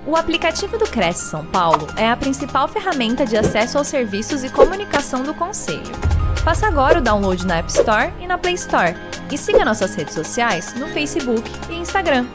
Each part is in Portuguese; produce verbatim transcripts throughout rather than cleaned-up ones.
O aplicativo do Cresce São Paulo é a principal ferramenta de acesso aos serviços e comunicação do Conselho. Faça agora o download na App Store e na Play Store. E siga nossas redes sociais no Facebook e Instagram.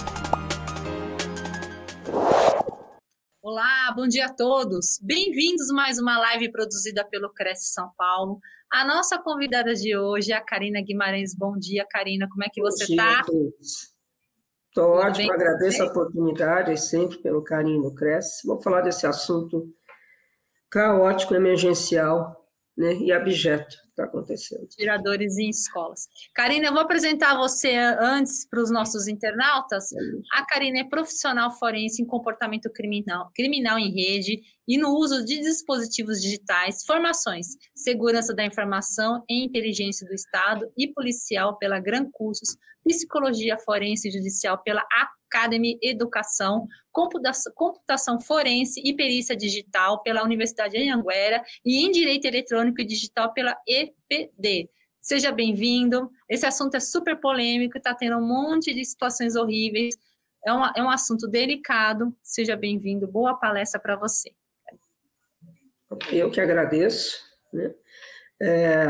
Olá, bom dia a todos. Bem-vindos a mais uma live produzida pelo Cresce São Paulo. A nossa convidada de hoje é a Karina Guimarães. Bom dia, Karina. Como é que você está? Estou ótimo, agradeço a oportunidade, sempre pelo carinho do Cresce. Vou falar desse assunto caótico, emergencial, né, e abjeto que está acontecendo. Tiradores em escolas. Karina, eu vou apresentar você antes para os nossos internautas. A Karina é profissional forense em comportamento criminal, criminal em rede e no uso de dispositivos digitais, formações, segurança da informação e inteligência do Estado e policial pela Gran Cursos, psicologia forense e judicial pela Academy Educação, computação, computação forense e perícia digital pela Universidade de Anhanguera e em direito eletrônico e digital pela E P D. Seja bem-vindo. Esse assunto é super polêmico, está tendo um monte de situações horríveis. É, uma, é um assunto delicado. Seja bem-vindo. Boa palestra para você. Eu que agradeço, né? É...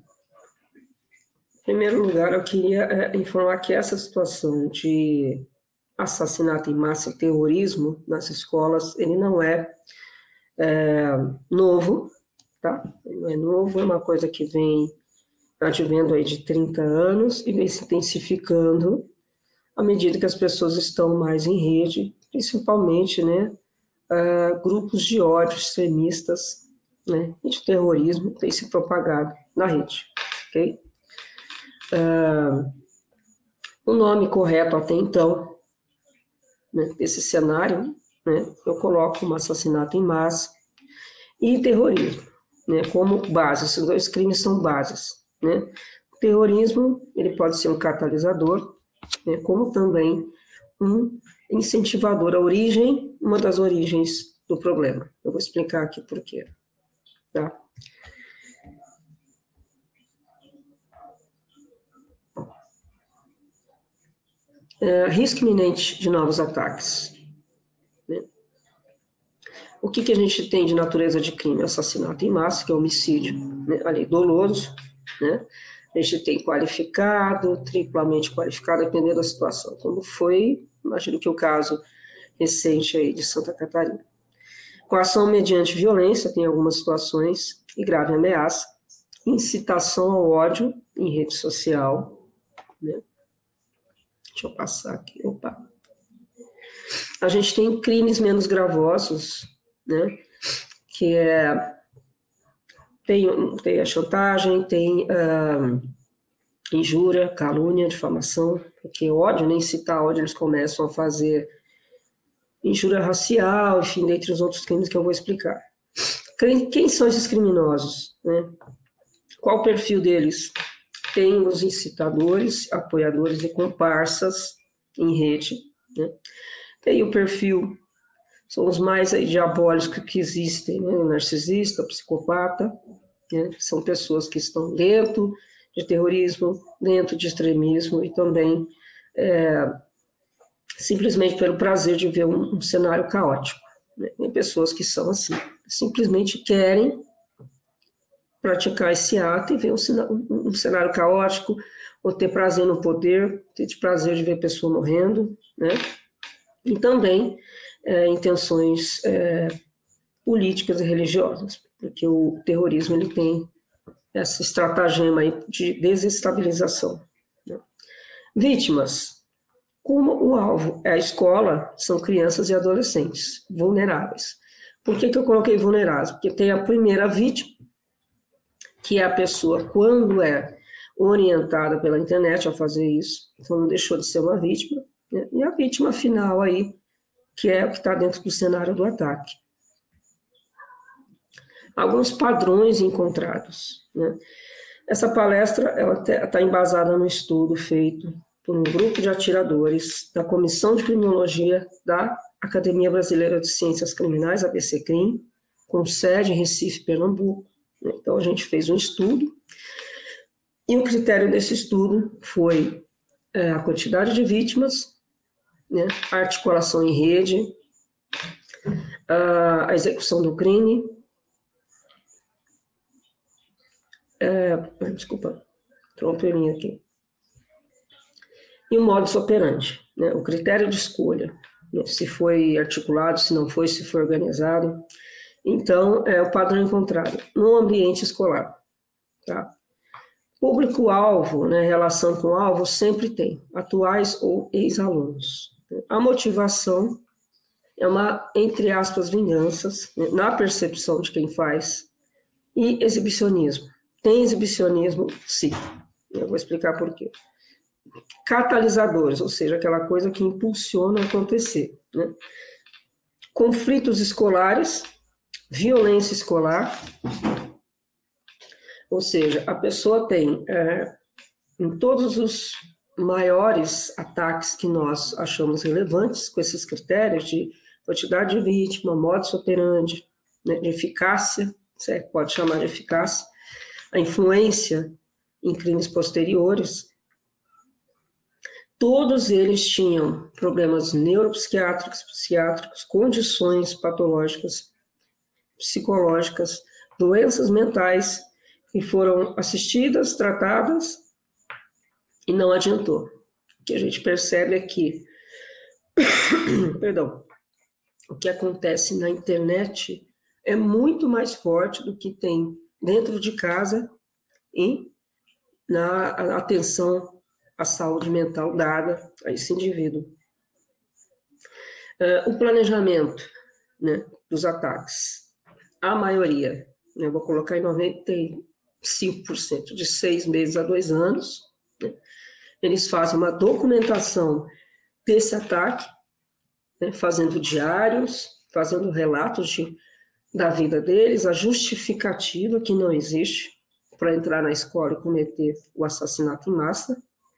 Em primeiro lugar, eu queria é, informar que essa situação de assassinato em massa e terrorismo nas escolas, ele não é, é novo, tá? Ele não é novo, é uma coisa que vem advendo aí de trinta anos e vem se intensificando à medida que as pessoas estão mais em rede, principalmente, né, uh, grupos de ódio extremistas, né, e de terrorismo têm se propagado na rede, ok? Uh, o nome correto até então, né, desse cenário, né, eu coloco um assassinato em massa e terrorismo, né, como base. Esses dois crimes são bases, né? O terrorismo, ele pode ser um catalisador, né, como também um incentivador. A origem, uma das origens do problema. Eu vou explicar aqui por quê, tá? É, risco iminente de novos ataques. Né? O que, que a gente tem de natureza de crime? Assassinato em massa, que é homicídio, né? Ali, doloso, né? A gente tem qualificado, triplamente qualificado, dependendo da situação. Como foi, imagino que o caso recente aí de Santa Catarina. Coação mediante violência, tem algumas situações, e grave ameaça. Incitação ao ódio em rede social, né? Deixa eu passar aqui. Opa. A gente tem crimes menos gravosos, né? Que é... Tem, tem a chantagem, tem uh, injúria, calúnia, difamação, porque ódio, nem citar ódio, eles começam a fazer injúria racial, enfim, dentre os outros crimes que eu vou explicar. Quem, quem são esses criminosos, né? Qual o perfil deles? Tem os incitadores, apoiadores e comparsas em rede, né? Tem o perfil, são os mais aí, diabólicos que existem, né? O narcisista, o psicopata, né? São pessoas que estão dentro de terrorismo, dentro de extremismo e também é, simplesmente pelo prazer de ver um, um cenário caótico, né? Tem pessoas que são assim, simplesmente querem praticar esse ato e ver um, um cenário caótico, ou ter prazer no poder, ter prazer de ver a pessoa morrendo, né? E também é, intenções é, políticas e religiosas, porque o terrorismo ele tem essa estratagema aí de desestabilização, né? Vítimas, como o alvo é a escola, são crianças e adolescentes vulneráveis. Por que que eu coloquei vulneráveis? Porque tem a primeira vítima, que é a pessoa, quando é orientada pela internet a fazer isso, então não deixou de ser uma vítima, né? E a vítima final aí, que é o que está dentro do cenário do ataque. Alguns padrões encontrados, né? Essa palestra ela está embasada no estudo feito por um grupo de atiradores da Comissão de Criminologia da Academia Brasileira de Ciências Criminais, A B C C R I M, com sede em Recife, Pernambuco. Então, a gente fez um estudo, e o critério desse estudo foi é, a quantidade de vítimas, né, a articulação em rede, a execução do crime, é, desculpa, trompelinha aqui, e o modus operandi, né, o critério de escolha, né, se foi articulado, se não foi, se foi organizado. Então, é o padrão encontrado no ambiente escolar. Tá? Público-alvo, né, relação com o alvo, sempre tem, atuais ou ex-alunos. A motivação é uma, entre aspas, vinganças, né, na percepção de quem faz, e exibicionismo. Tem exibicionismo, sim. Eu vou explicar por quê. Catalisadores, ou seja, aquela coisa que impulsiona a acontecer. Né? Conflitos escolares, violência escolar, ou seja, a pessoa tem, é, em todos os maiores ataques que nós achamos relevantes, com esses critérios de quantidade de vítima, modus operandi, né, de eficácia, você pode chamar de eficácia, a influência em crimes posteriores, todos eles tinham problemas neuropsiquiátricos, psiquiátricos, condições patológicas, psicológicas, doenças mentais que foram assistidas, tratadas e não adiantou. O que a gente percebe aqui, perdão, o que acontece na internet é muito mais forte do que tem dentro de casa e na atenção à saúde mental dada a esse indivíduo. Uh, o planejamento, né, dos ataques, a maioria, né, vou colocar em noventa e cinco por cento, de seis meses a dois anos, né, eles fazem uma documentação desse ataque, né, fazendo diários, fazendo relatos de, da vida deles, a justificativa que não existe para entrar na escola e cometer o assassinato em massa.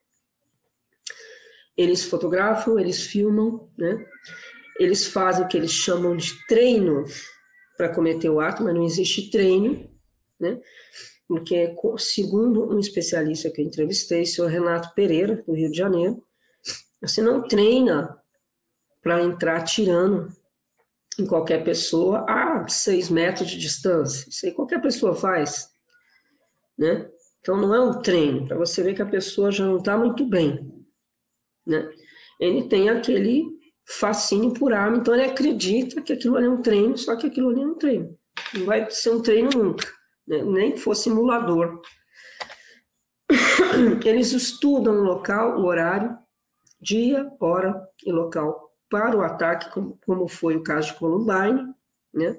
Eles fotografam, eles filmam, né? Eles fazem o que eles chamam de treino para cometer o ato, mas não existe treino, né? Porque, segundo um especialista que eu entrevistei, o senhor Renato Pereira, do Rio de Janeiro, você não treina para entrar atirando em qualquer pessoa a seis metros de distância. Isso aí qualquer pessoa faz, né? Então, não é um treino, para você ver que a pessoa já não está muito bem, né? Ele tem aquele fascínio por arma, então ele acredita que aquilo ali é um treino, só que aquilo ali é um treino. Não vai ser um treino nunca, né? Nem que for simulador. Eles estudam o local, o horário, dia, hora e local para o ataque, como, como foi o caso de Columbine, né?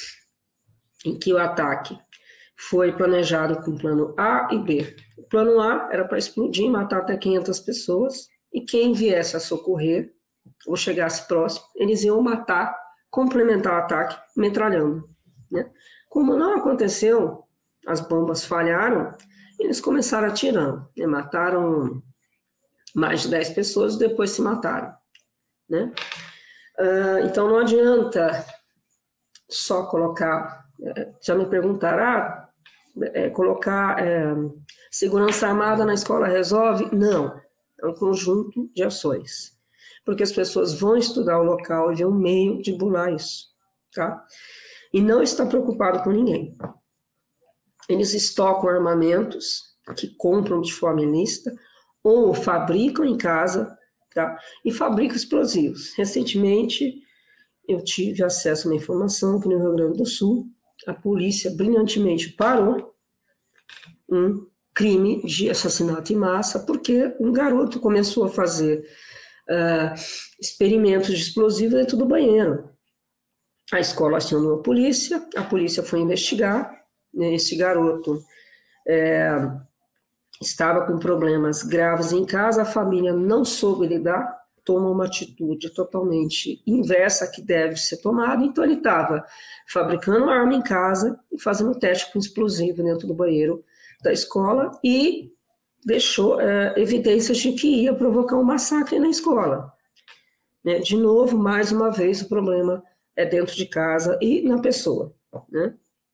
Em que o ataque foi planejado com o plano A e B. O plano A era para explodir e matar até quinhentas pessoas, e quem viesse a socorrer ou chegasse próximo, eles iam matar, complementar o ataque, metralhando, né? Como não aconteceu, as bombas falharam, eles começaram atirando, né? Mataram mais de dez pessoas e depois se mataram, né? Uh, então não adianta só colocar, já me perguntaram, ah, é, colocar é, segurança armada na escola resolve? Não, é um conjunto de ações, porque as pessoas vão estudar o local e ver um meio de burlar isso, tá? E não está preocupado com ninguém. Eles estocam armamentos que compram de forma ilícita ou fabricam em casa, tá? E fabricam explosivos. Recentemente, eu tive acesso a uma informação que no Rio Grande do Sul, a polícia brilhantemente parou um crime de assassinato em massa, porque um garoto começou a fazer uh, experimentos de explosivos dentro do banheiro. A escola acionou a polícia, a polícia foi investigar, né, esse garoto é, estava com problemas graves em casa, a família não soube lidar, tomou uma atitude totalmente inversa que deve ser tomada, então ele estava fabricando arma em casa e fazendo teste com explosivo dentro do banheiro da escola e deixou é, evidências de que ia provocar um massacre na escola. Né? De novo, mais uma vez, o problema é dentro de casa e na pessoa. Né?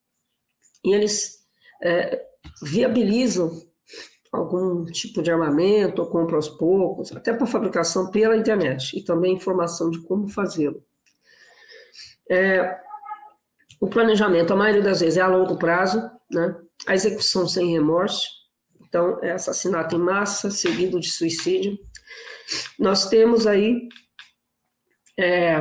E eles é, viabilizam algum tipo de armamento, ou compram aos poucos, até para fabricação pela internet, e também informação de como fazê-lo. É, o planejamento, a maioria das vezes, é a longo prazo, né? A execução sem remorso, então, é assassinato em massa, seguido de suicídio. Nós temos aí é,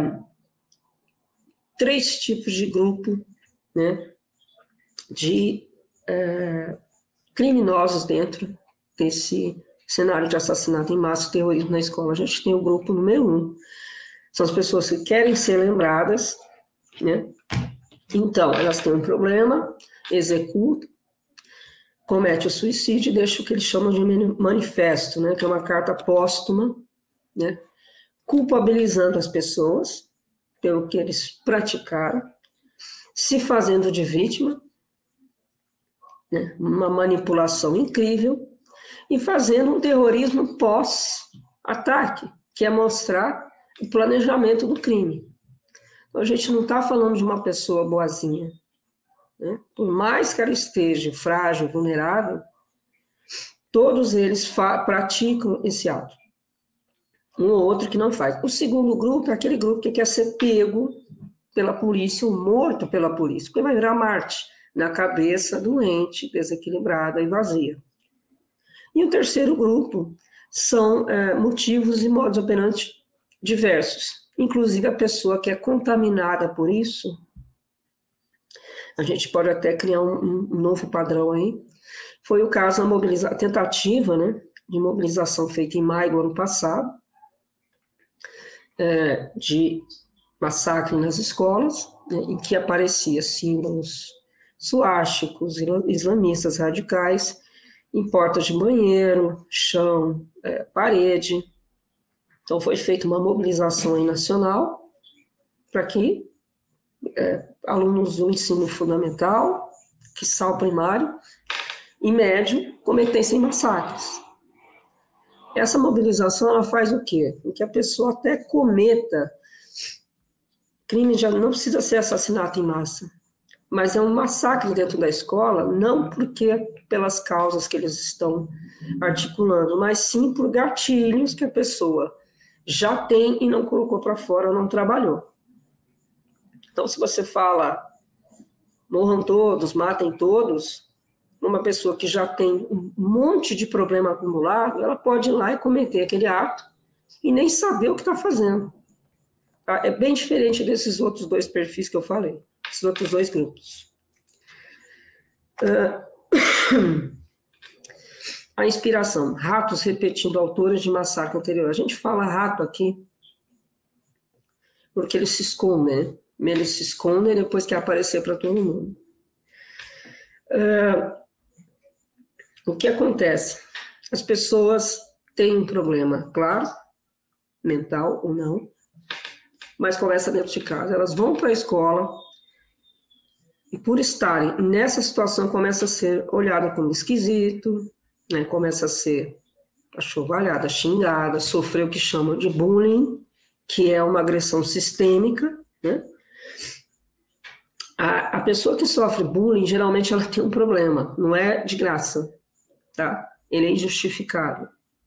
três tipos de grupo, né, de é, criminosos dentro desse cenário de assassinato em massa e terrorismo na escola. A gente tem o grupo número um, são as pessoas que querem ser lembradas, né? Então, elas têm um problema, executam, comete o suicídio e deixa o que eles chamam de manifesto, né, que é uma carta póstuma, né, culpabilizando as pessoas pelo que eles praticaram, se fazendo de vítima, né, uma manipulação incrível, e fazendo um terrorismo pós-ataque, que é mostrar o planejamento do crime. Então, a gente não está falando de uma pessoa boazinha, né? Por mais que ela esteja frágil, vulnerável, todos eles praticam esse ato. Um ou outro que não faz. O segundo grupo é aquele grupo que quer ser pego pela polícia ou morto pela polícia, porque vai virar Marte na cabeça doente, desequilibrada e vazia. E o terceiro grupo são é, motivos e modos operantes diversos. Inclusive, a pessoa que é contaminada por isso, a gente pode até criar um, um novo padrão aí. Foi o caso da mobiliza- tentativa, né, de mobilização feita em maio do ano passado, é, de massacre nas escolas, né, em que aparecia símbolos suásticos, islamistas radicais, em portas de banheiro, chão, é, parede. Então, foi feita uma mobilização aí nacional para que é, alunos do ensino fundamental, que são primário e médio, cometessem massacres. Essa mobilização, ela faz o quê? Em que a pessoa até cometa crime, já não precisa ser assassinato em massa, mas é um massacre dentro da escola, não porque pelas causas que eles estão articulando, mas sim por gatilhos que a pessoa já tem e não colocou para fora, não trabalhou. Então, se você fala, morram todos, matem todos, uma pessoa que já tem um monte de problema acumulado, ela pode ir lá e cometer aquele ato e nem saber o que está fazendo. Tá? É bem diferente desses outros dois perfis que eu falei, esses outros dois grupos. Uh, a inspiração, ratos repetindo autores de massacre anterior. A gente fala rato aqui porque eles se escondem, né? Eles se escondem depois que aparecer para todo mundo. Uh, o que acontece? As pessoas têm um problema, claro, mental ou não, mas começa dentro de casa. Elas vão para a escola e, por estarem nessa situação, começa a ser olhada como esquisito, né? Começa a ser achovalhada, xingada, sofrer o que chamam de bullying, que é uma agressão sistêmica, né? A, a pessoa que sofre bullying, geralmente ela tem um problema, não é de graça, tá? Ele é injustificado.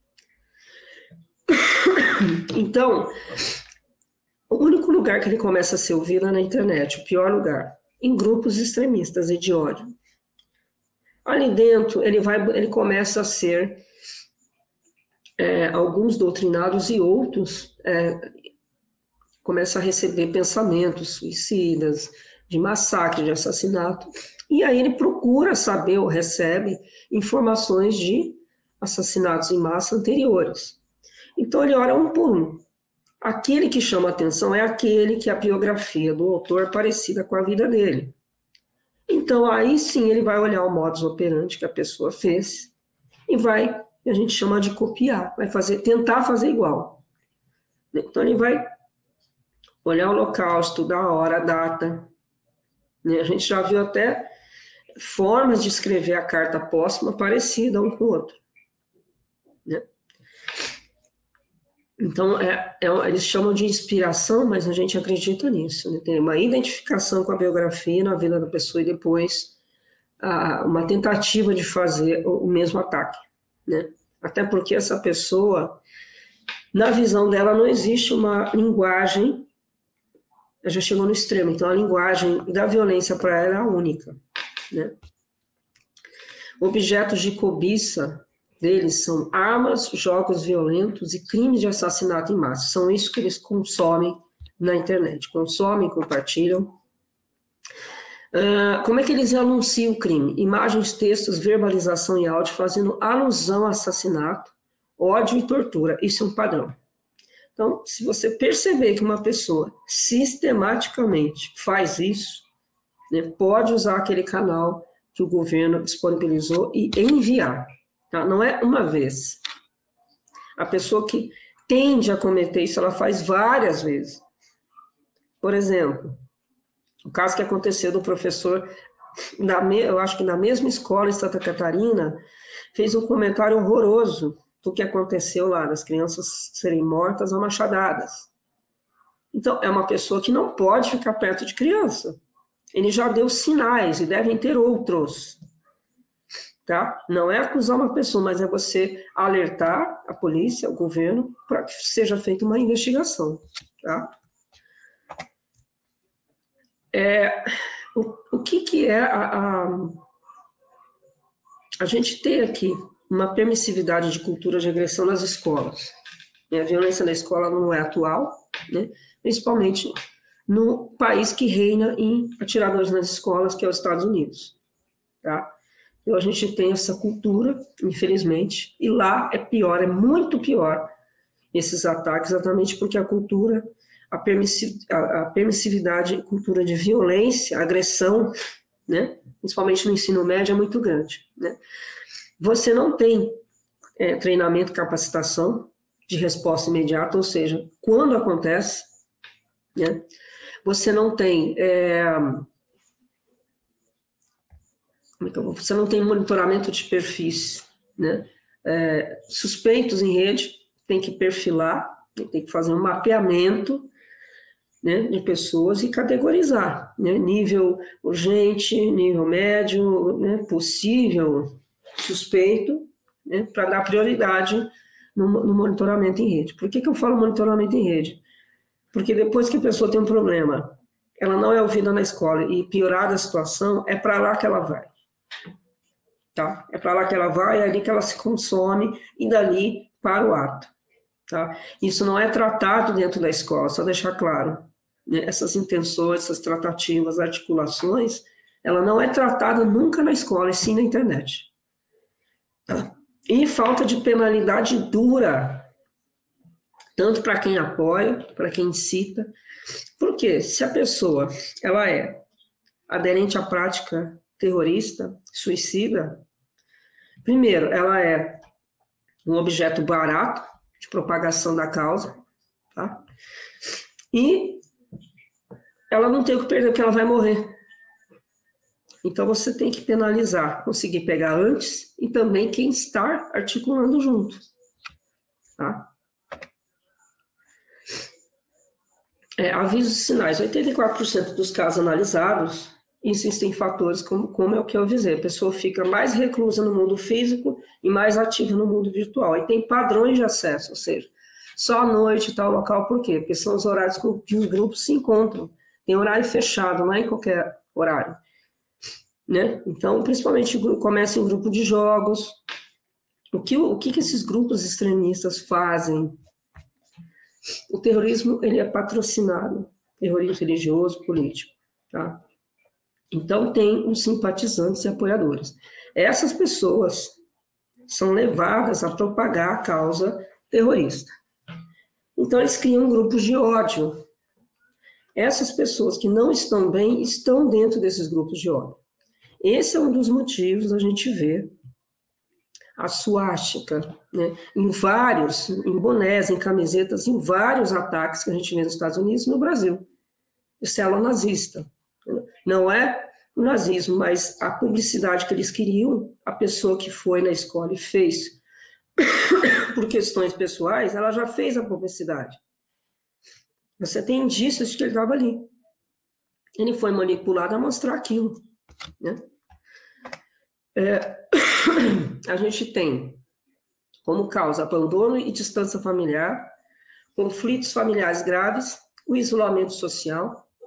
Então, o único lugar que ele começa a ser ouvido é na internet, o pior lugar, em grupos extremistas e de ódio. Ali dentro, ele, vai, ele começa a ser é, alguns doutrinados e outros é, começam a receber pensamentos suicidas, de massacre, de assassinato, e aí ele procura saber ou recebe informações de assassinatos em massa anteriores. Então ele olha um por um. Aquele que chama atenção é aquele que a biografia do autor é parecida com a vida dele. Então aí sim ele vai olhar o modus operandi que a pessoa fez e vai, a gente chama de copiar, vai fazer, tentar fazer igual. Então ele vai olhar o local, estudar a hora, a data. A gente já viu até formas de escrever a carta póstuma parecida um com o outro. Né? Então, é, é, eles chamam de inspiração, mas a gente acredita nisso. Né? Tem uma identificação com a biografia na vida da pessoa e depois a, uma tentativa de fazer o, o mesmo ataque. Né? Até porque essa pessoa, na visão dela, não existe uma linguagem já chegou no extremo. Então, a linguagem da violência para ela é a única, né? Objetos de cobiça deles são armas, jogos violentos e crimes de assassinato em massa. São isso que eles consomem na internet. Consomem, compartilham. Uh, como é que eles anunciam o crime? Imagens, textos, verbalização e áudio fazendo alusão a assassinato, ódio e tortura. Isso é um padrão. Então, se você perceber que uma pessoa sistematicamente faz isso, né, pode usar aquele canal que o governo disponibilizou e enviar. Tá? Não é uma vez. A pessoa que tende a cometer isso, ela faz várias vezes. Por exemplo, o caso que aconteceu do professor, da me, eu acho que na mesma escola em Santa Catarina, fez um comentário horroroso do que aconteceu lá, das crianças serem mortas a machadadas. Então, é uma pessoa que não pode ficar perto de criança. Ele já deu sinais, e devem ter outros. Tá? Não é acusar uma pessoa, mas é você alertar a polícia, o governo, para que seja feita uma investigação. Tá? É, o, o que, que é a, a... A gente tem aqui uma permissividade de cultura de agressão nas escolas. A violência na escola não é atual, né? Principalmente no país que reina em atiradores nas escolas, que é os Estados Unidos. Tá? Então, a gente tem essa cultura, infelizmente, e lá é pior, é muito pior esses ataques, exatamente porque a cultura, a, permissi a, a permissividade, a cultura de violência, agressão, né? Principalmente no ensino médio, é muito grande. Né? Você não tem é, treinamento, capacitação de resposta imediata, ou seja, quando acontece, né? Você não tem... É, como é que eu vou? Você não tem monitoramento de perfis, né? É, suspeitos em rede, tem que perfilar, tem que fazer um mapeamento, né, de pessoas e categorizar, né? Nível urgente, nível médio, né, possível, suspeito, né, para dar prioridade no, no monitoramento em rede. Por que, que eu falo monitoramento em rede? Porque depois que a pessoa tem um problema, ela não é ouvida na escola e piorada a situação, é para lá que ela vai. Tá? É para lá que ela vai, é ali que ela se consome e dali para o ato. Tá? Isso não é tratado dentro da escola, só deixar claro. Né? Essas intenções, essas tratativas, articulações, ela não é tratada nunca na escola, e sim na internet. Tá? E falta de penalidade dura, tanto para quem apoia, para quem incita. Porque se a pessoa ela é aderente à prática terrorista, suicida, primeiro, ela é um objeto barato de propagação da causa, tá? E ela não tem o que perder, porque ela vai morrer. Então, você tem que penalizar, conseguir pegar antes e também quem está articulando junto, tá? É, avisos e sinais. oitenta e quatro por cento dos casos analisados insistem em fatores como, como é o que eu avisei. A pessoa fica mais reclusa no mundo físico e mais ativa no mundo virtual. E tem padrões de acesso, ou seja, só à noite e tal local. Por quê? Porque são os horários que os grupos se encontram. Tem horário fechado, não é em qualquer horário. Né? Então, principalmente, começa em grupo de jogos. O que, o que esses grupos extremistas fazem? O terrorismo, ele é patrocinado, terrorismo religioso, político, tá? Então, tem os simpatizantes e apoiadores. Essas pessoas são levadas a propagar a causa terrorista. Então, eles criam grupos de ódio. Essas pessoas que não estão bem estão dentro desses grupos de ódio. Esse é um dos motivos da gente ver a suástica, né, em vários, em bonés, em camisetas, em vários ataques que a gente vê nos Estados Unidos e no Brasil. Isso é célula nazista. Não é o nazismo, mas a publicidade que eles queriam, a pessoa que foi na escola e fez por questões pessoais, ela já fez a publicidade. Você tem indícios de que ele estava ali. Ele foi manipulado a mostrar aquilo, né? É, a gente tem como causa abandono e distância familiar, conflitos familiares graves, o isolamento social,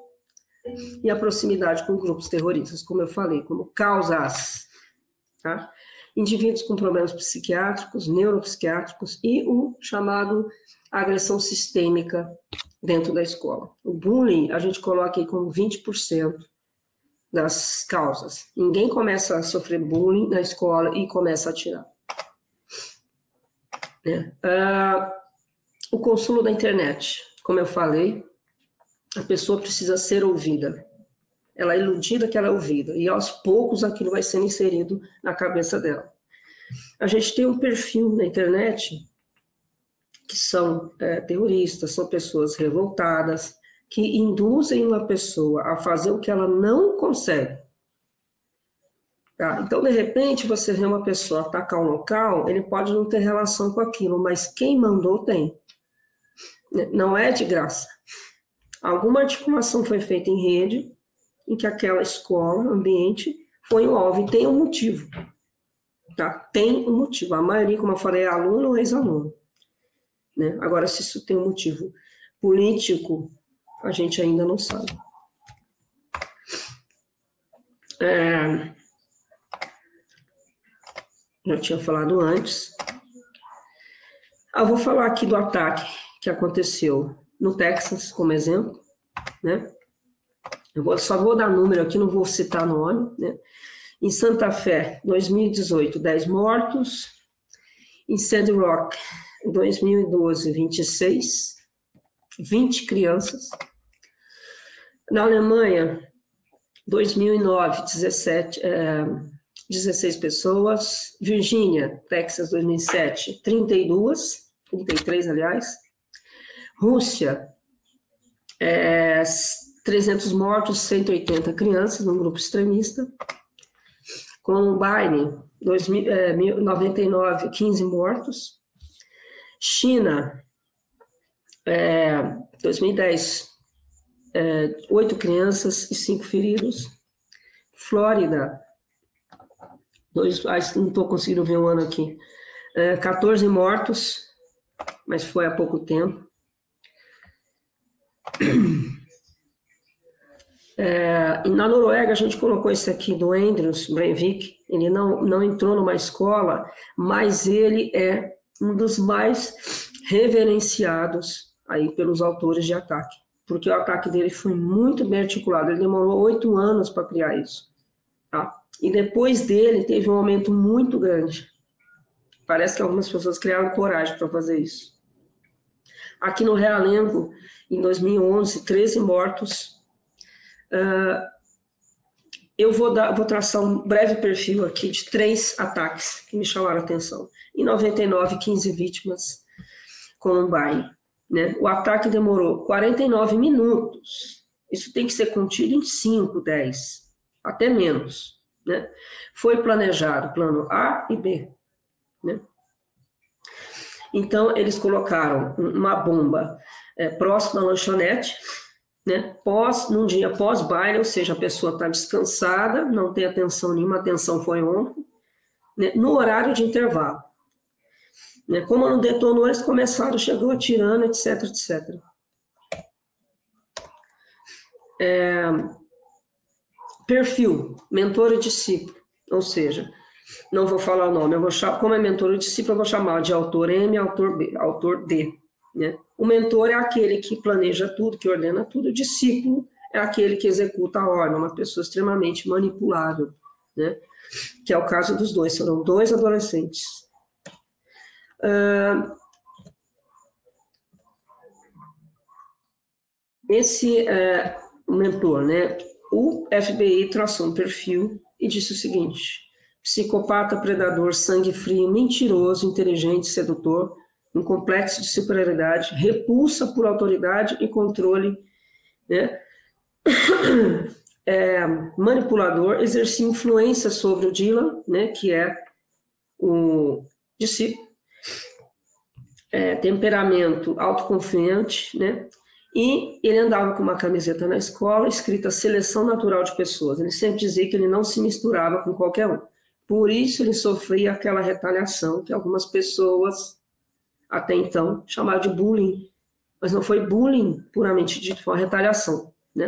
e a proximidade com grupos terroristas, como eu falei, como causas, tá? Indivíduos com problemas psiquiátricos, neuropsiquiátricos e o chamado agressão sistêmica dentro da escola. O bullying, a gente coloca aí como vinte por cento das causas. Ninguém começa a sofrer bullying na escola e começa a atirar. É. Ah, o consumo da internet, como eu falei, a pessoa precisa ser ouvida. Ela é iludida que ela é ouvida, e aos poucos aquilo vai sendo inserido na cabeça dela. A gente tem um perfil na internet que são é, terroristas, são pessoas revoltadas, que induzem uma pessoa a fazer o que ela não consegue. Tá? Então, de repente, você vê uma pessoa atacar um local, ele pode não ter relação com aquilo, mas quem mandou tem. Não é de graça. Alguma articulação foi feita em rede, em que aquela escola, ambiente, foi um alvo, e tem um motivo. Tá? Tem um motivo. A maioria, como eu falei, é aluno ou ex-aluno. Né? Agora, se isso tem um motivo político, a gente ainda não sabe. É, já tinha falado antes. Eu vou falar aqui do ataque que aconteceu no Texas, como exemplo, né? Eu vou, só vou dar número aqui, não vou citar nome, né? Em Santa Fé, dois mil e dezoito, dez mortos. Em Sandy Rock, dois mil e doze, vinte e seis, vinte crianças. Na Alemanha, dois mil e nove, dezessete, é, dezesseis pessoas. Virgínia, Texas, dois mil e sete, trinta e duas, trinta e três, aliás. Rússia, é, trezentos mortos, cento e oitenta crianças, num grupo extremista. Columbine, dois mil, é, noventa e nove, quinze mortos. China, é, dois mil e dez, é, oito crianças e cinco feridos. Flórida, dois, ah, não estou conseguindo ver o ano aqui, é, quatorze mortos, mas foi há pouco tempo. É, na Noruega, a gente colocou esse aqui do Andrews Breivik. Ele não, não entrou numa escola, mas ele é um dos mais reverenciados aí pelos autores de ataque, porque o ataque dele foi muito bem articulado. Ele demorou oito anos para criar isso, tá? E depois dele teve um aumento muito grande. Parece que algumas pessoas criaram coragem para fazer isso. Aqui no Realengo, em dois mil e onze, treze mortos. Uh, eu vou, dar, vou traçar um breve perfil aqui de três ataques que me chamaram a atenção. Em noventa e nove, quinze vítimas, Columbine, né? O ataque demorou quarenta e nove minutos. Isso tem que ser contido em cinco, dez, até menos, né? Foi planejado plano A e B, né? Então, eles colocaram uma bomba é, próxima à lanchonete, né, pós, num dia pós-baile, ou seja, a pessoa está descansada, não tem atenção nenhuma, a atenção foi ontem, né, no horário de intervalo. Né, como não detonou, eles começaram, chegou atirando, etc, etcétera. É, perfil, mentor e discípulo, ou seja, não vou falar o nome, eu vou chamar, como é mentor e discípulo, eu vou chamar de autor M e autor B, autor D, né? O mentor é aquele que planeja tudo, que ordena tudo. O discípulo é aquele que executa a ordem, uma pessoa extremamente manipulável, né? Que é o caso dos dois, foram dois adolescentes. Uh, esse uh, mentor, né? O F B I traçou um perfil e disse o seguinte: psicopata, predador, sangue frio, mentiroso, inteligente, sedutor, um complexo de superioridade, repulsa por autoridade e controle, né? É, manipulador, exercia influência sobre o Dylan, né, que é o discípulo, é, temperamento autoconfiante, né, e ele andava com uma camiseta na escola escrita seleção natural de pessoas. Ele sempre dizia que ele não se misturava com qualquer um. Por isso ele sofria aquela retaliação que algumas pessoas até então chamaram de bullying, mas não foi bullying puramente dito, foi uma retaliação, né?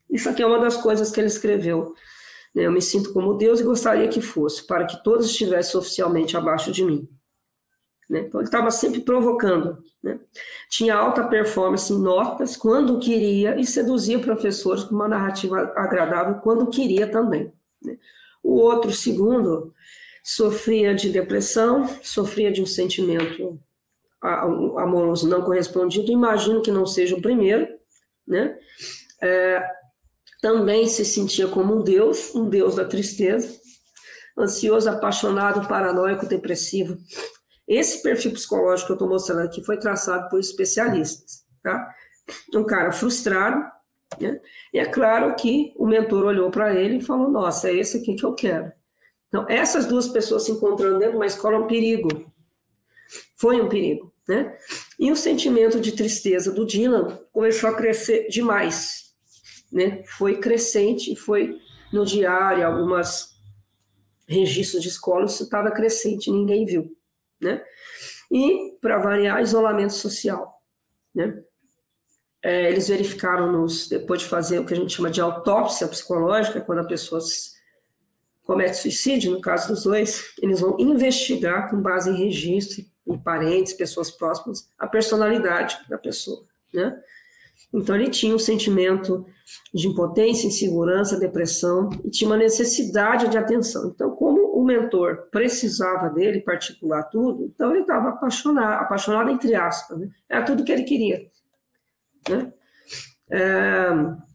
Isso aqui é uma das coisas que ele escreveu. Eu me sinto como Deus e gostaria que fosse, para que todos estivessem oficialmente abaixo de mim. Então, ele estava sempre provocando. Né? Tinha alta performance em notas quando queria e seduzia professores com uma narrativa agradável quando queria também. Né? O outro, segundo, sofria de depressão, sofria de um sentimento amoroso não correspondido, imagino que não seja o primeiro, né? É, também se sentia como um deus, um deus da tristeza, ansioso, apaixonado, paranoico, depressivo. Esse perfil psicológico que eu estou mostrando aqui foi traçado por especialistas, tá? Um cara frustrado, né? E é claro que o mentor olhou para ele e falou, nossa, é esse aqui que eu quero. Então, essas duas pessoas se encontrando dentro de uma escola é um perigo. Foi um perigo, né? E o sentimento de tristeza do Dylan começou a crescer demais, né? Foi crescente, foi no diário, algumas registros de escola, isso estava crescente, ninguém viu, né? E, para variar, isolamento social, né? É, eles verificaram, nos, depois de fazer o que a gente chama de autópsia psicológica, quando a pessoa comete suicídio, no caso dos dois, eles vão investigar com base em registro, em parentes, pessoas próximas, a personalidade da pessoa, né? Então, ele tinha um sentimento de impotência, insegurança, depressão, e tinha uma necessidade de atenção. Então, como o mentor precisava dele, particular tudo, então ele estava apaixonado, apaixonado entre aspas, né? Era tudo que ele queria, né? É...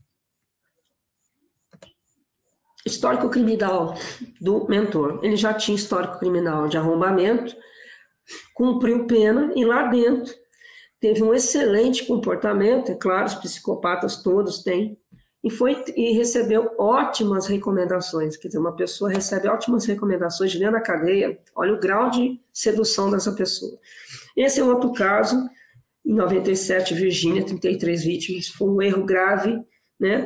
Histórico criminal do mentor. Ele já tinha histórico criminal de arrombamento, cumpriu pena e lá dentro teve um excelente comportamento, é claro, os psicopatas todos têm, e, foi, e recebeu ótimas recomendações. Quer dizer, uma pessoa recebe ótimas recomendações de dentro da cadeia, olha o grau de sedução dessa pessoa. Esse é outro caso, em noventa e sete, Virgínia, trinta e três vítimas, foi um erro grave, né?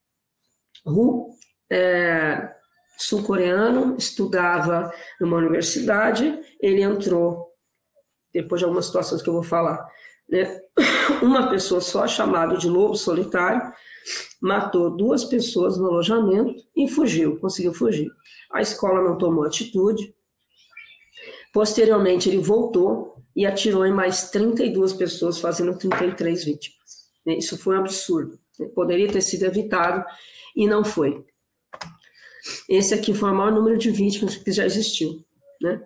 Ru, é, sul-coreano, estudava numa universidade, ele entrou, depois de algumas situações que eu vou falar, né? Uma pessoa só, chamado de lobo solitário, matou duas pessoas no alojamento e fugiu, conseguiu fugir. A escola não tomou atitude. Posteriormente, ele voltou e atirou em mais trinta e duas pessoas, fazendo trinta e três vítimas. Isso foi um absurdo. Poderia ter sido evitado e não foi. Esse aqui foi o maior número de vítimas que já existiu, né?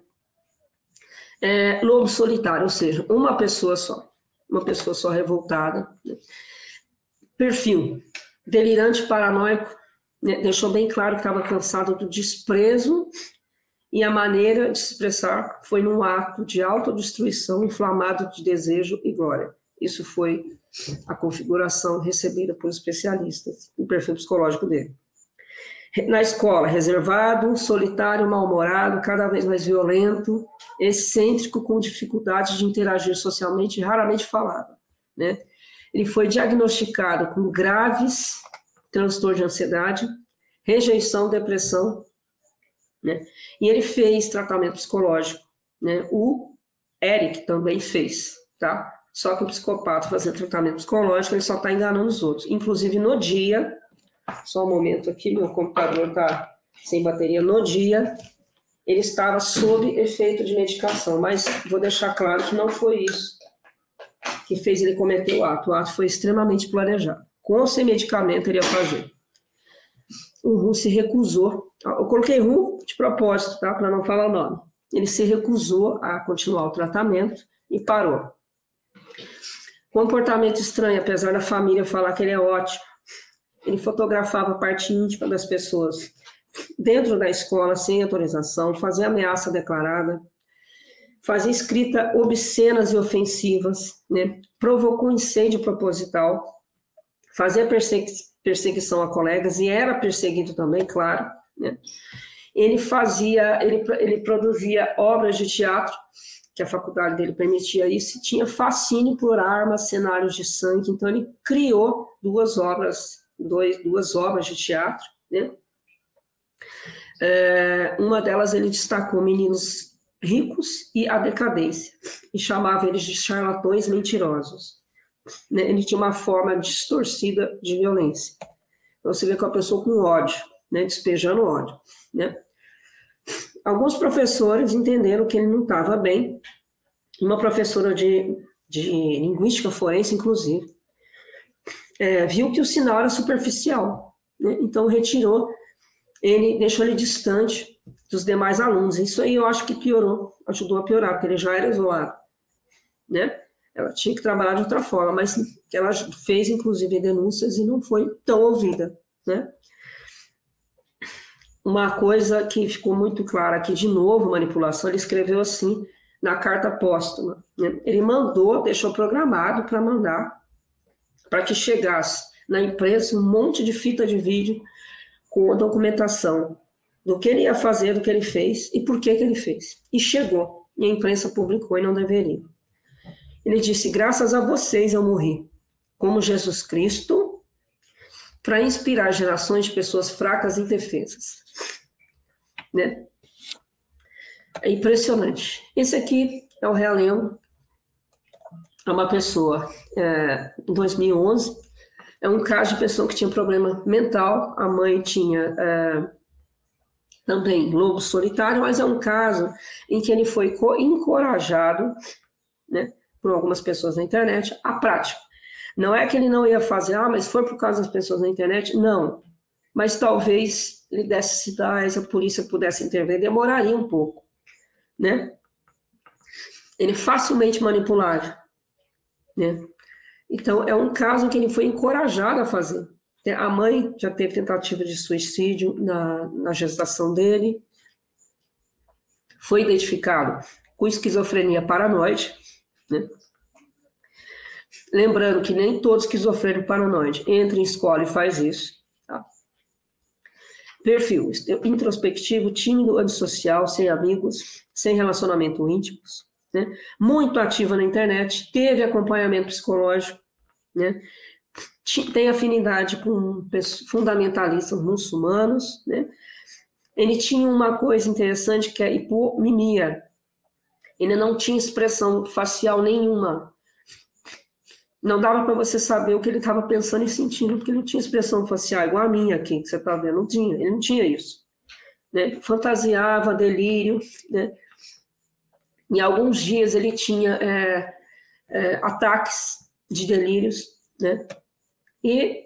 É, lobo solitário, ou seja, uma pessoa só, uma pessoa só revoltada, né? Perfil, delirante, paranoico, né? Deixou bem claro que estava cansado do desprezo e a maneira de se expressar foi num ato de autodestruição inflamado de desejo e glória. Isso foi a configuração recebida por especialistas, o perfil psicológico dele. Na escola, reservado, solitário, mal-humorado, cada vez mais violento, excêntrico, com dificuldade de interagir socialmente e raramente falava, né? Ele foi diagnosticado com graves transtornos de ansiedade, rejeição, depressão, né? E ele fez tratamento psicológico, né? O Eric também fez, tá? Só que o psicopata fazendo tratamento psicológico, ele só está enganando os outros. Inclusive, no dia... Só um momento aqui, meu computador está sem bateria. No dia, ele estava sob efeito de medicação, mas vou deixar claro que não foi isso que fez ele cometer o ato. O ato foi extremamente planejado. Com ou sem medicamento, ele ia fazer. O Ru se recusou. Eu coloquei Ru de propósito, tá? Para não falar o nome. Ele se recusou a continuar o tratamento e parou. Comportamento estranho, apesar da família falar que ele é ótimo. Ele fotografava a parte íntima das pessoas dentro da escola, sem autorização, fazia ameaça declarada, fazia escrita obscenas e ofensivas, né? Provocou incêndio proposital, fazia persegui perseguição a colegas e era perseguido também, claro, né? Ele fazia, ele, ele produzia obras de teatro, que a faculdade dele permitia isso, e tinha fascínio por armas, cenários de sangue, então ele criou duas obras Dois, duas obras de teatro, né? É, uma delas ele destacou Meninos Ricos e a Decadência, e chamava eles de charlatões mentirosos, né? Ele tinha uma forma distorcida de violência. Você vê com a pessoa com ódio, né, despejando ódio, né? Alguns professores entenderam que ele não estava bem. Uma professora de, de linguística forense, inclusive, é, viu que o sinal era superficial, né? Então retirou ele, deixou ele distante dos demais alunos. Isso aí eu acho que piorou, ajudou a piorar, porque ele já era isolado, né? Ela tinha que trabalhar de outra forma, mas ela fez, inclusive, denúncias e não foi tão ouvida, né? Uma coisa que ficou muito clara aqui, de novo, manipulação, ele escreveu assim na carta póstuma, né? Ele mandou, deixou programado para mandar, para que chegasse na imprensa um monte de fita de vídeo com a documentação do que ele ia fazer, do que ele fez e por que que ele fez. E chegou, e a imprensa publicou e não deveria. Ele disse, graças a vocês eu morri, como Jesus Cristo, para inspirar gerações de pessoas fracas e indefesas. Né? É impressionante. Esse aqui é o realengo. É uma pessoa, é, em dois mil e onze, é um caso de pessoa que tinha problema mental, a mãe tinha é, também lobo solitário, mas é um caso em que ele foi encorajado, né, por algumas pessoas na internet, a prática. Não é que ele não ia fazer, ah, mas foi por causa das pessoas na internet, não. Mas talvez ele desse sinais, a polícia pudesse intervir, demoraria um pouco, né? Ele facilmente manipulável, né? Então, é um caso que ele foi encorajado a fazer. A mãe já teve tentativa de suicídio na, na gestação dele, foi identificado com esquizofrenia paranoide, né? Lembrando que nem todo esquizofrênico paranoide entra em escola e faz isso. Tá? Perfil introspectivo, tímido, antissocial, sem amigos, sem relacionamento íntimos, né? Muito ativa na internet, teve acompanhamento psicológico, né? Tem afinidade com fundamentalistas muçulmanos, né? Ele tinha uma coisa interessante que é a hipomimia. Ele não tinha expressão facial nenhuma. Não dava para você saber o que ele estava pensando e sentindo, porque não tinha expressão facial, igual a minha aqui, que você está vendo, não tinha, ele não tinha isso. Né? Fantasiava, delírio, né? Em alguns dias ele tinha é, é, ataques de delírios, né? E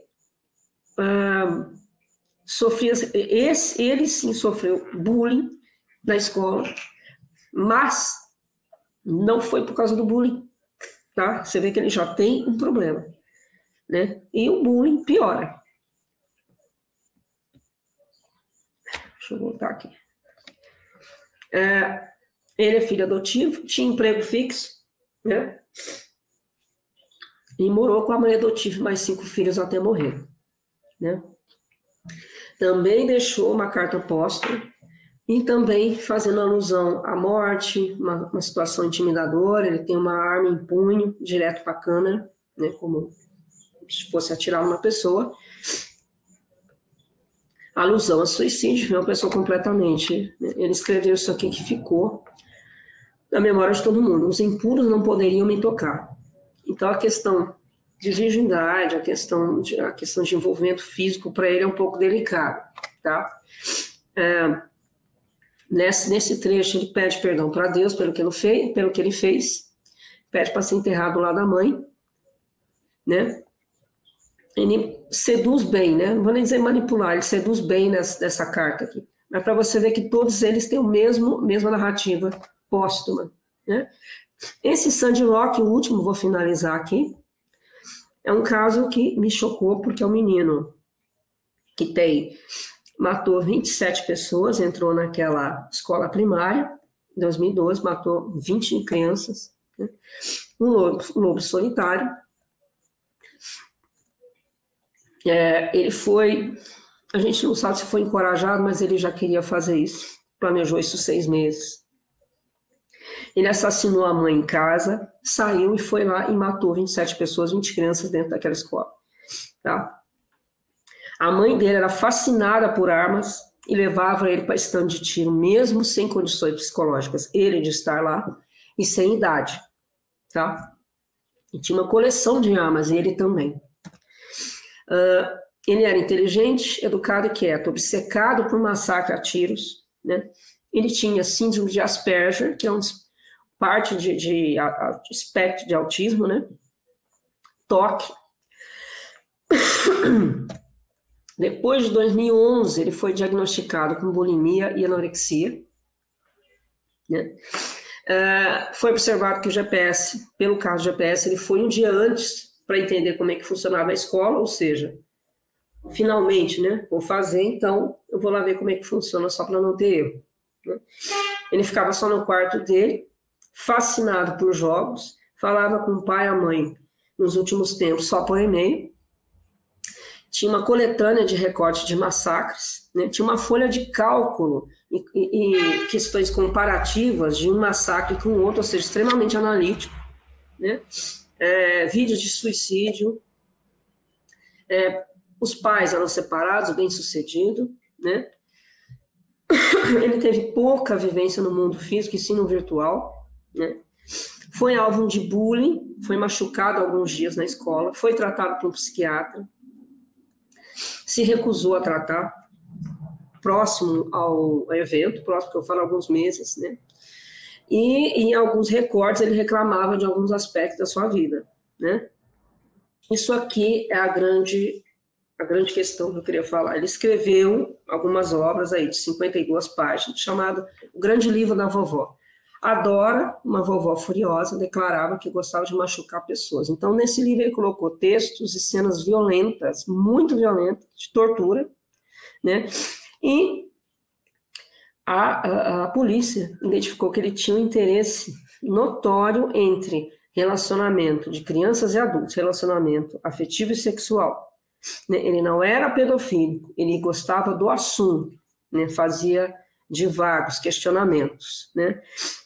ah, sofria, esse, ele sim sofreu bullying na escola, mas não foi por causa do bullying. Tá? Você vê que ele já tem um problema, né? E o bullying piora. Deixa eu voltar aqui. É, ele é filho adotivo, tinha emprego fixo, né? E morou com a mãe adotiva e mais cinco filhos até morrer, né? Também deixou uma carta póstuma e também fazendo alusão à morte, uma, uma situação intimidadora. Ele tem uma arma em punho, direto para a câmera, né, como se fosse atirar uma pessoa. Alusão a suicídio, é uma pessoa completamente... Né, ele escreveu isso aqui que ficou na memória de todo mundo. Os impuros não poderiam me tocar. Então, a questão de virgindade, a questão de, a questão de envolvimento físico, para ele é um pouco delicado, tá? É, Nesse, nesse trecho, ele pede perdão para Deus pelo que, ele fez, pelo que ele fez, pede para ser enterrado lá da mãe, né? Ele seduz bem, né? Não vou nem dizer manipular, ele seduz bem nessa, nessa carta aqui. Mas para você ver que todos eles têm o mesmo, mesma narrativa póstuma, né? Esse Sandy Rock, o último, vou finalizar aqui, é um caso que me chocou, porque é um menino que tem... matou vinte e sete pessoas, entrou naquela escola primária, em dois mil e doze, matou vinte crianças, né? um, lobo, um lobo solitário. É, ele foi, a gente não sabe se foi encorajado, mas ele já queria fazer isso, planejou isso seis meses. Ele assassinou a mãe em casa, saiu e foi lá e matou vinte e sete pessoas, vinte crianças dentro daquela escola, tá? A mãe dele era fascinada por armas e levava ele para stand de tiro, mesmo sem condições psicológicas, ele de estar lá, e sem idade, tá? E tinha uma coleção de armas, ele também. Uh, ele era inteligente, educado e quieto, obcecado por massacre a tiros, né? Ele tinha síndrome de Asperger, que é um parte de, de, de, de espectro de autismo, né? Toque. Depois de dois mil e onze, ele foi diagnosticado com bulimia e anorexia, né? Uh, foi observado que o G P S, pelo caso do G P S, ele foi um dia antes para entender como é que funcionava a escola, ou seja, finalmente, né, vou fazer, então eu vou lá ver como é que funciona só para não ter erro, né? Ele ficava só no quarto dele, fascinado por jogos, falava com o pai e a mãe nos últimos tempos só por e-mail, tinha uma coletânea de recorte de massacres, né? Tinha uma folha de cálculo e, e, e questões comparativas de um massacre com o outro, ou seja, extremamente analítico, né? É, vídeos de suicídio, é, os pais eram separados, bem-sucedido, né? Ele teve pouca vivência no mundo físico e sim no virtual, né? Foi alvo de bullying, foi machucado alguns dias na escola, foi tratado por um psiquiatra, se recusou a tratar, próximo ao evento, próximo que eu falo alguns meses, né? E em alguns recortes ele reclamava de alguns aspectos da sua vida, né? Isso aqui é a grande, a grande questão que eu queria falar. Ele escreveu algumas obras aí de cinquenta e duas páginas, chamado O Grande Livro da Vovó. A Dora, uma vovó furiosa, declarava que gostava de machucar pessoas. Então, nesse livro ele colocou textos e cenas violentas, muito violentas, de tortura, né? E a, a, a polícia identificou que ele tinha um interesse notório entre relacionamento de crianças e adultos, relacionamento afetivo e sexual, né? Ele não era pedofílico, ele gostava do assunto, né? Fazia divagos, questionamentos, né?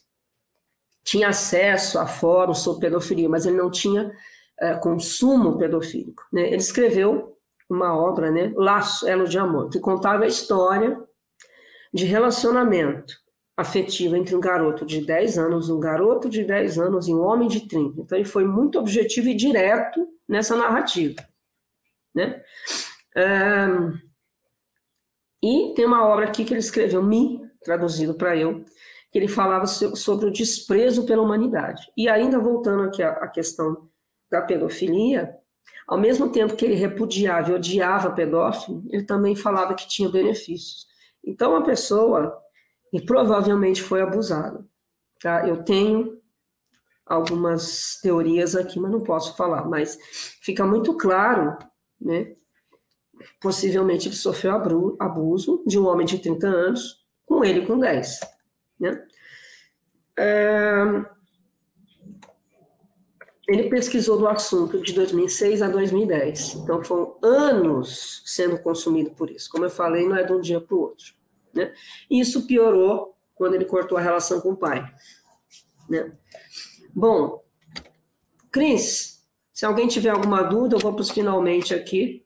Tinha acesso a fóruns sobre pedofilia, mas ele não tinha é, consumo pedofílico, né? Ele escreveu uma obra, né, Laço, Elo de Amor, que contava a história de relacionamento afetivo entre um garoto de dez anos, um garoto de dez anos e um homem de trinta. Então, ele foi muito objetivo e direto nessa narrativa, né? Um, e tem uma obra aqui que ele escreveu, Me, traduzido para eu, que ele falava sobre o desprezo pela humanidade. E ainda voltando aqui à questão da pedofilia, ao mesmo tempo que ele repudiava e odiava pedófilo, ele também falava que tinha benefícios. Então, a pessoa e provavelmente foi abusada, tá? Eu tenho algumas teorias aqui, mas não posso falar, mas fica muito claro, né? Possivelmente ele sofreu abuso de um homem de trinta anos, com ele com dez, né? É... Ele pesquisou do assunto de dois mil e seis a dois mil e dez, então foram anos sendo consumido por isso. Como eu falei, não é de um dia para o outro, né? E isso piorou quando ele cortou a relação com o pai, né? Bom, Cris, se alguém tiver alguma dúvida, eu vou para os finalmente aqui.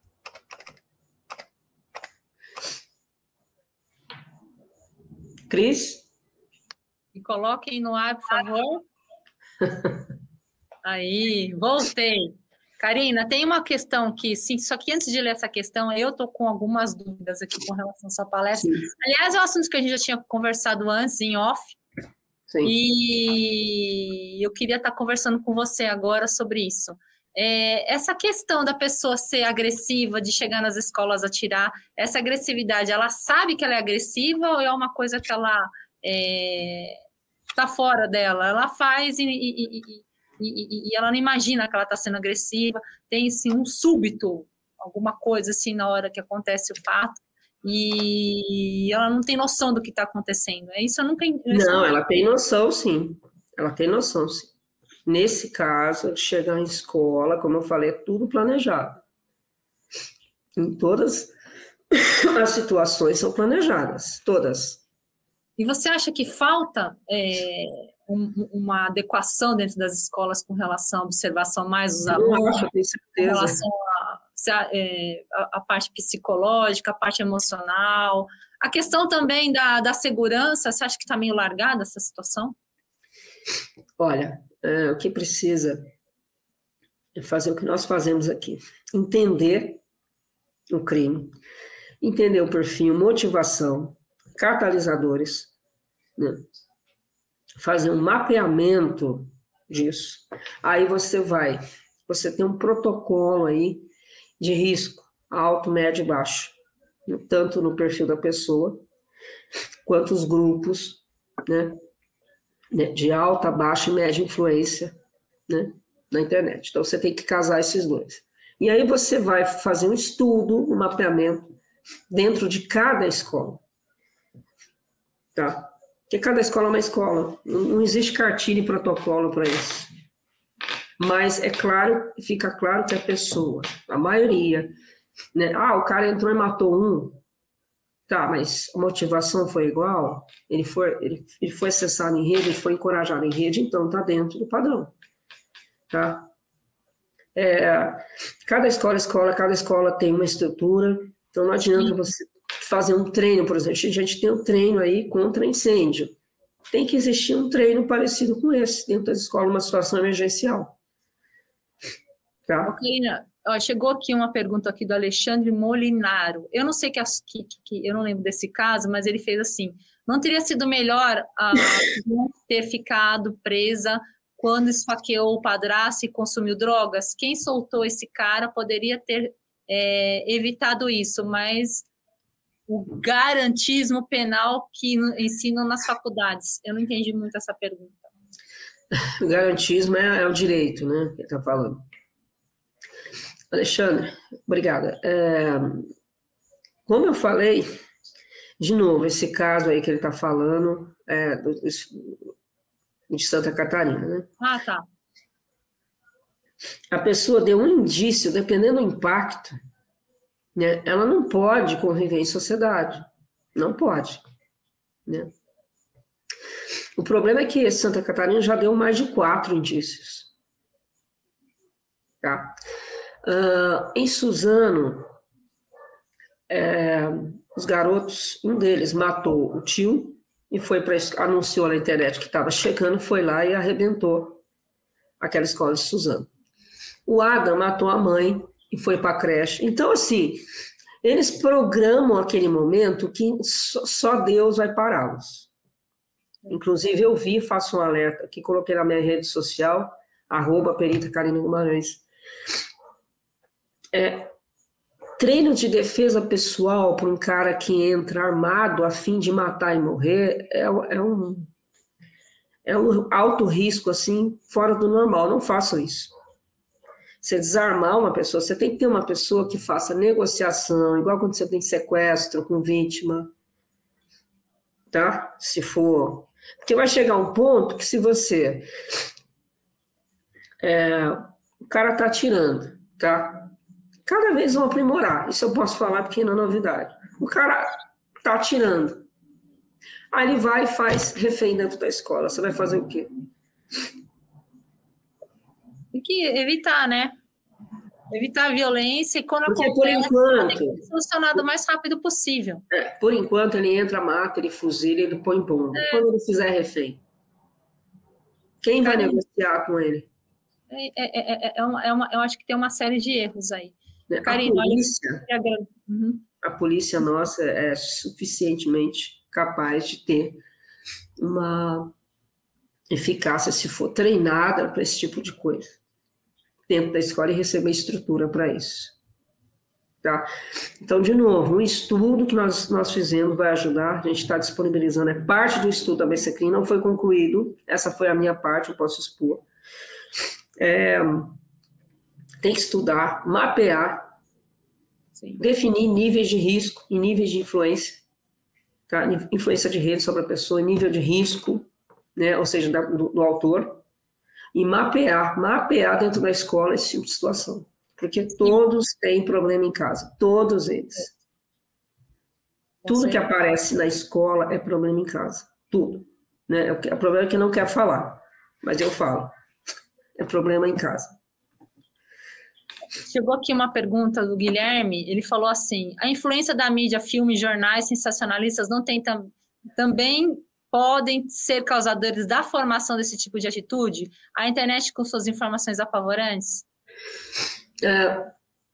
Cris? Me coloquem no ar, por favor. Aí, voltei. Karina, tem uma questão que, sim, só que antes de ler essa questão, eu estou com algumas dúvidas aqui com relação à sua palestra. Sim. Aliás, é um assunto que a gente já tinha conversado antes, em off. Sim. E eu queria estar conversando com você agora sobre isso. É, essa questão da pessoa ser agressiva, de chegar nas escolas a atirar, essa agressividade, ela sabe que ela é agressiva ou é uma coisa que ela está é, fora dela? Ela faz e, e, e, e, e ela não imagina que ela está sendo agressiva, tem assim, um súbito, alguma coisa assim na hora que acontece o fato, e ela não tem noção do que está acontecendo. É isso, eu nunca... Isso não, ela tem noção, sim. Ela tem noção, sim. Nesse caso, de chegar em escola, como eu falei, é tudo planejado. Em todas as situações são planejadas, todas. E você acha que falta é, um, uma adequação dentro das escolas com relação à observação mais dos alunos? Eu acho, tenho certeza. Com relação à é, a, a parte psicológica, a parte emocional, a questão também da, da segurança, você acha que está meio largada essa situação? Olha, é, o que precisa é fazer o que nós fazemos aqui, entender o crime, entender o perfil, motivação, catalisadores, né? Fazer um mapeamento disso. Aí você vai, você tem um protocolo aí de risco, alto, médio e baixo, tanto no perfil da pessoa, quanto os grupos, né, de alta, baixa e média influência, né, na internet. Então, você tem que casar esses dois. E aí você vai fazer um estudo, um mapeamento dentro de cada escola. Tá? Porque cada escola é uma escola. Não existe cartilha e protocolo para isso. Mas é claro, fica claro que a pessoa, a maioria, né? Ah, o cara entrou e matou um. Tá, mas a motivação foi igual? Ele foi, ele, ele foi acessado em rede, ele foi encorajado em rede, então tá dentro do padrão. Tá? É, cada escola, escola, cada escola tem uma estrutura, então não adianta você fazer um treino, por exemplo, a gente tem um treino aí contra incêndio. Tem que existir um treino parecido com esse, dentro da escola, uma situação emergencial. Tá? Ok, ó, chegou aqui uma pergunta aqui do Alexandre Molinaro. Eu não sei que, que, que eu não lembro desse caso, mas ele fez assim: não teria sido melhor a ter ficado presa quando esfaqueou o padrasto e consumiu drogas? Quem soltou esse cara poderia ter é, evitado isso, mas o garantismo penal que ensinam nas faculdades. Eu não entendi muito essa pergunta. O garantismo é, é o direito, né? Que ele está falando. Alexandre, obrigada. É, como eu falei, de novo, esse caso aí que ele está falando é do, de Santa Catarina, né? Ah, tá. A pessoa deu um indício, dependendo do impacto, né? Ela não pode conviver em sociedade. Não pode. Né? O problema é que Santa Catarina já deu mais de quatro indícios. Tá? Uh, em Suzano, é, os garotos, um deles matou o tio e foi para anunciou na internet que estava chegando, foi lá e arrebentou aquela escola de Suzano. O Adam matou a mãe e foi para a creche. Então, assim, eles programam aquele momento que só Deus vai pará-los. Inclusive, eu vi, faço um alerta aqui, coloquei na minha rede social, arroba Perita Karine Guimarães. É, treino de defesa pessoal para um cara que entra armado a fim de matar e morrer é, é, um, é um alto risco, assim, fora do normal. Não façam isso. Você desarmar uma pessoa, você tem que ter uma pessoa que faça negociação, igual quando você tem sequestro com vítima, tá? Se for... Porque vai chegar um ponto que se você... É, o cara tá atirando, tá? Cada vez vão aprimorar. Isso eu posso falar porque não é novidade. O cara tá atirando. Aí ele vai e faz refém dentro da escola. Você vai fazer o quê? Tem que evitar, né? Evitar a violência e quando porque, acontece, por enquanto, tem que ser solucionado o mais rápido possível. É, por enquanto, ele entra, mata, ele fuzila, ele põe bomba. É. Quando ele fizer refém? Quem vai Caramba. negociar com ele? É, é, é, é uma, é uma, eu acho que tem uma série de erros aí. A Karine, polícia, olha... uhum. a polícia nossa é suficientemente capaz de ter uma eficácia, se for treinada para esse tipo de coisa, dentro da escola, e receber estrutura para isso. Tá? Então, de novo, um estudo que nós, nós fizemos vai ajudar, a gente está disponibilizando, é parte do estudo da BCCrim, não foi concluído, essa foi a minha parte, eu posso expor. É, tem que estudar, mapear, Sim. definir níveis de risco e níveis de influência, tá? Influência de rede sobre a pessoa, nível de risco, né? Ou seja, da, do, do autor, e mapear, mapear dentro da escola esse tipo de situação, porque todos têm problema em casa, todos eles. Tudo que aparece na escola é problema em casa, tudo. Né? O problema é que não quer falar, mas eu falo, é problema em casa. Chegou aqui uma pergunta do Guilherme, ele falou assim: a influência da mídia, filmes, jornais sensacionalistas não tem tam, também podem ser causadores da formação desse tipo de atitude? A internet com suas informações apavorantes? É,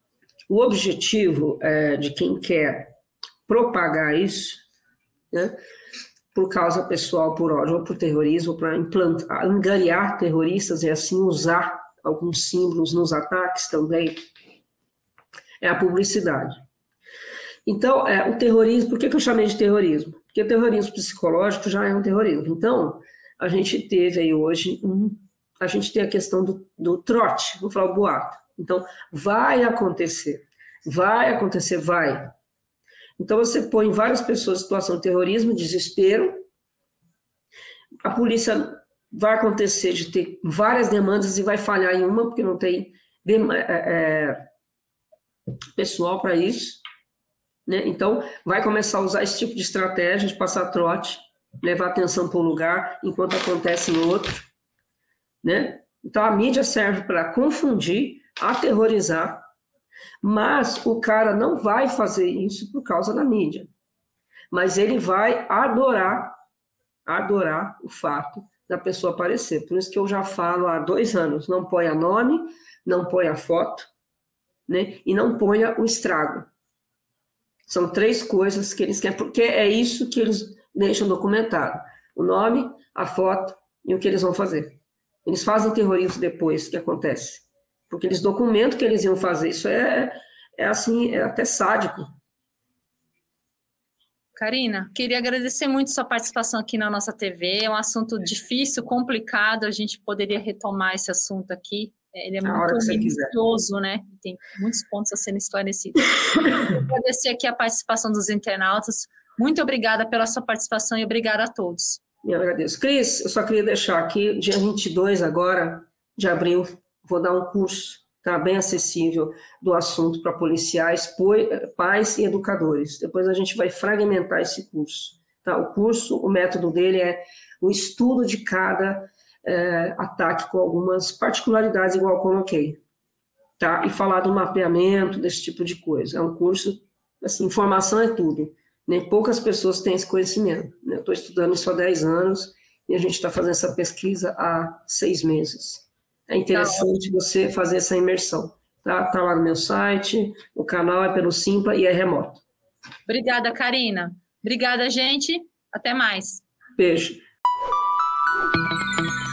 O objetivo é, de quem quer propagar isso, né, por causa pessoal, por ódio ou por terrorismo, para implantar, angariar terroristas e assim usar alguns símbolos nos ataques também, é a publicidade. Então, é, o terrorismo, por que, que eu chamei de terrorismo? Porque o terrorismo psicológico já é um terrorismo. Então, a gente teve aí hoje, um, a gente tem a questão do, do trote, vou falar o boato. Então, vai acontecer, vai acontecer, vai. Então, você põe várias pessoas em situação de terrorismo, desespero, a polícia vai acontecer de ter várias demandas e vai falhar em uma, porque não tem é, é, pessoal para isso. Né? Então, vai começar a usar esse tipo de estratégia de passar trote, levar atenção para um lugar, enquanto acontece em outro. Né? Então, a mídia serve para confundir, aterrorizar, mas o cara não vai fazer isso por causa da mídia. Mas ele vai adorar, adorar o fato da pessoa aparecer. Por isso que eu já falo há dois anos, não ponha nome, não ponha foto, né? E não ponha o estrago. São três coisas que eles querem, porque é isso que eles deixam documentado. O nome, a foto e o que eles vão fazer. Eles fazem terrorismo depois que acontece. Porque eles documentam que eles iam fazer. Isso é, é assim, é até sádico. Karina, queria agradecer muito sua participação aqui na nossa T V. É um assunto difícil, complicado. A gente poderia retomar esse assunto aqui. Ele é muito minucioso, né? Tem muitos pontos a serem esclarecidos. Quero agradecer aqui a participação dos internautas. Muito obrigada pela sua participação e obrigada a todos. Eu agradeço. Cris, eu só queria deixar aqui, dia vinte e dois agora, de abril, vou dar um curso, tá, bem acessível, do assunto para policiais, pais e educadores. Depois a gente vai fragmentar esse curso. Tá? O curso, o método dele é o estudo de cada É, ataque com algumas particularidades, igual eu coloquei, tá? E falar do mapeamento, desse tipo de coisa. É um curso, assim, informação é tudo, né? Poucas pessoas têm esse conhecimento, né? Eu estou estudando isso há dez anos e a gente está fazendo essa pesquisa há seis meses. É interessante tá. Você fazer essa imersão, tá? Tá lá no meu site, o canal é pelo Simpla e é remoto. Obrigada, Karina. Obrigada, gente. Até mais. Beijo.